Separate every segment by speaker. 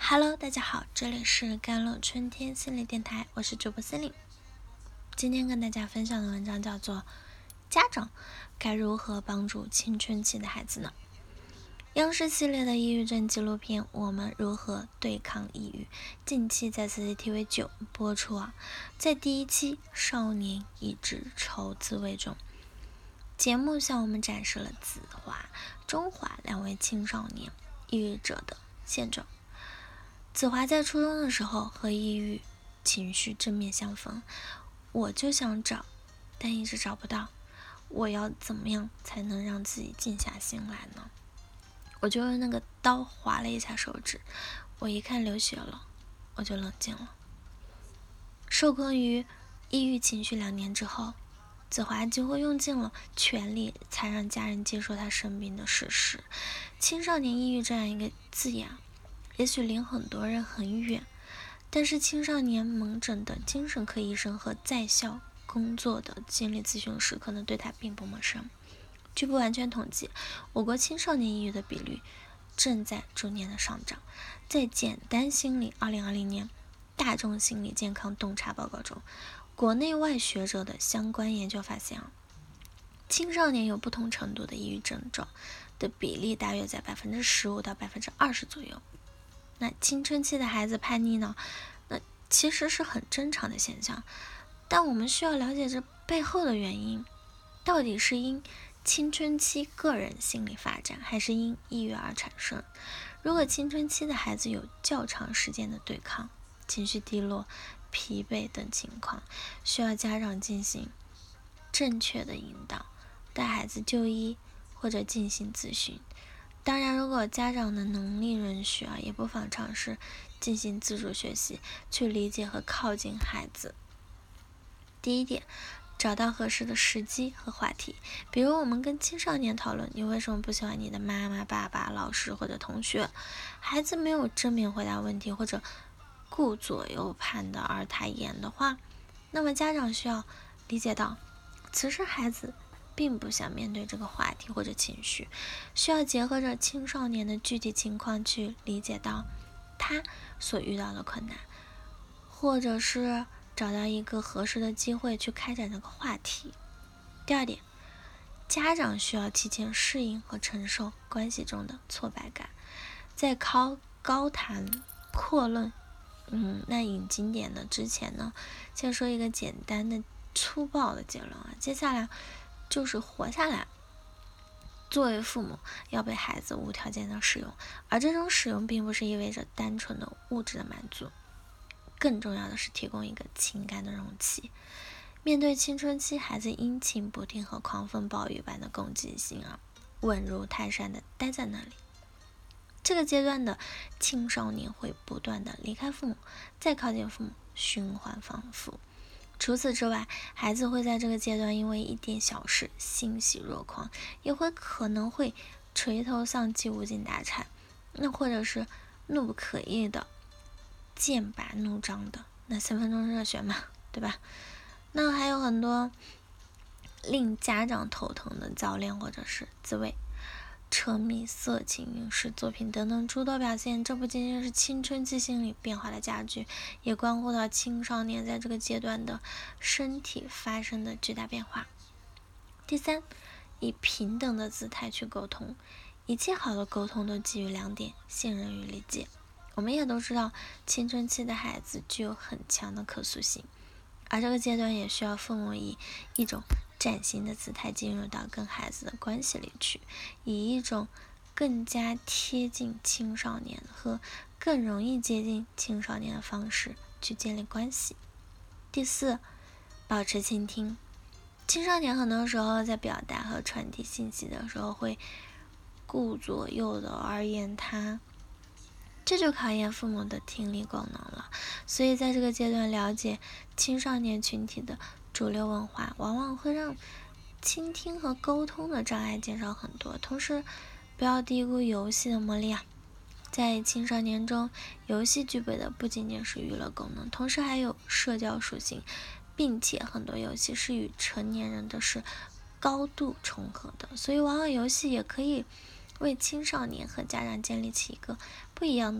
Speaker 1: Hello，大家好，这里是甘露春天心理电台，我是主播森林。今天跟大家分享的文章叫做《家长该如何帮助青春期的孩子呢》。央视系列的抑郁症纪录片《我们如何对抗抑郁》近期在 CCTV9 播出啊。在第一期少年意志愁滋味中，节目向我们展示了子华、中华两位青少年抑郁者的现状。子华在初中的时候和抑郁情绪正面相逢，我就想找，但一直找不到，我要怎么样才能让自己静下心来呢？我就用那个刀划了一下手指，我一看流血了，我就冷静了。受困于抑郁情绪2年之后，子华几乎用尽了全力才让家人接受他生病的事实。青少年抑郁这样一个字眼，也许离很多人很远，但是青少年门诊的精神科医生和在校工作的心理咨询师可能对他并不陌生。据不完全统计，我国青少年抑郁的比率正在逐年的上涨。在简单心理2020年大众心理健康洞察报告中，国内外学者的相关研究发现，青少年有不同程度的抑郁症状的比例大约在15%到20%左右。那青春期的孩子叛逆呢？那其实是很正常的现象，但我们需要了解这背后的原因，到底是因青春期个人心理发展，还是因抑郁而产生？如果青春期的孩子有较长时间的对抗、情绪低落、疲惫等情况，需要家长进行正确的引导，带孩子就医或者进行咨询。当然，如果家长的能力允许也不妨尝试进行自主学习，去理解和靠近孩子。第一点，找到合适的时机和话题，比如我们跟青少年讨论你为什么不喜欢你的妈妈、爸爸、老师或者同学，孩子没有正面回答问题，或者顾左右盼的而太严的话，那么家长需要理解到，此时孩子并不想面对这个话题或者情绪，需要结合着青少年的具体情况去理解到他所遇到的困难，或者是找到一个合适的机会去开展这个话题。第二点，家长需要提前适应和承受关系中的挫败感。在高谈阔论那引经典的之前呢，先说一个简单的粗暴的结论接下来就是活下来。作为父母，要被孩子无条件的使用，而这种使用并不是意味着单纯的物质的满足，更重要的是提供一个情感的容器。面对青春期孩子阴晴不定和狂风暴雨般的攻击性稳如泰山的待在那里。这个阶段的青少年会不断的离开父母，再靠近父母，循环反复。除此之外，孩子会在这个阶段因为一点小事欣喜若狂，也可能会垂头丧气、无精打采，那或者是怒不可遏的、剑拔弩张的，那3分钟热血嘛，对吧？那还有很多令家长头疼的早恋或者是自慰、沉迷色情影视作品等等诸多表现，这不仅仅是青春期心理变化的加剧，也关乎到青少年在这个阶段的身体发生的巨大变化。第三，以平等的姿态去沟通。一切好的沟通都基于2点：信任与理解。我们也都知道，青春期的孩子具有很强的可塑性，而这个阶段也需要父母以一种崭新的姿态进入到跟孩子的关系里去，以一种更加贴近青少年和更容易接近青少年的方式去建立关系。第四，保持倾听。青少年很多时候在表达和传递信息的时候会顾左右的而言他，这就考验父母的听力功能了。所以在这个阶段，了解青少年群体的主流文化，往往会让倾听和沟通的障碍减少很多。同时，不要低估游戏的魔力在青少年中，游戏具备的不仅仅是娱乐功能，同时还有社交属性，并且很多游戏是与成年人的是高度重合的。所以往往游戏也可以为青少年和家长建立起一个不一样的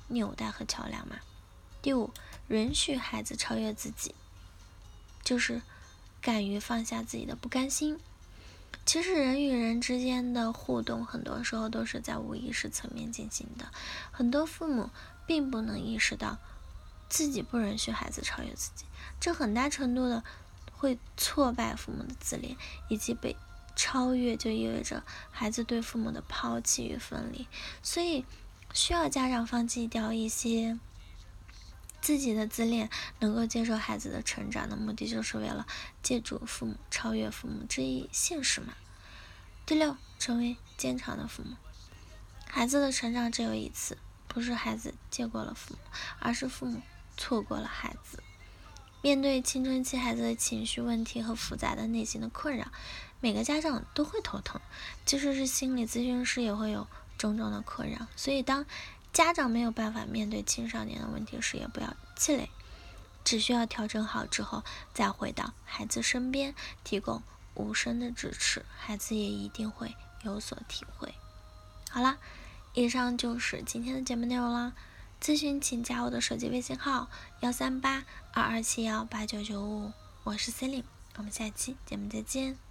Speaker 1: 纽带和桥梁嘛。第5，允许孩子超越自己，就是敢于放下自己的不甘心。其实人与人之间的互动很多时候都是在无意识层面进行的，很多父母并不能意识到自己不允许孩子超越自己，这很大程度的会挫败父母的自恋，以及被超越就意味着孩子对父母的抛弃与分离。所以需要家长放弃掉一些自己的自恋，能够接受孩子的成长的目的，就是为了借助父母超越父母这一现实嘛。第6，成为坚强的父母。孩子的成长只有一次，不是孩子借过了父母，而是父母错过了孩子。面对青春期孩子的情绪问题和复杂的内心的困扰，每个家长都会头疼，即使是心理咨询师也会有种种的困扰。所以当家长没有办法面对青少年的问题时，也不要气馁，只需要调整好之后再回到孩子身边，提供无声的支持，孩子也一定会有所体会。好啦，以上就是今天的节目内容啦。咨询请加我的手机微信号13822718995，我是 Celine，我们下期节目再见。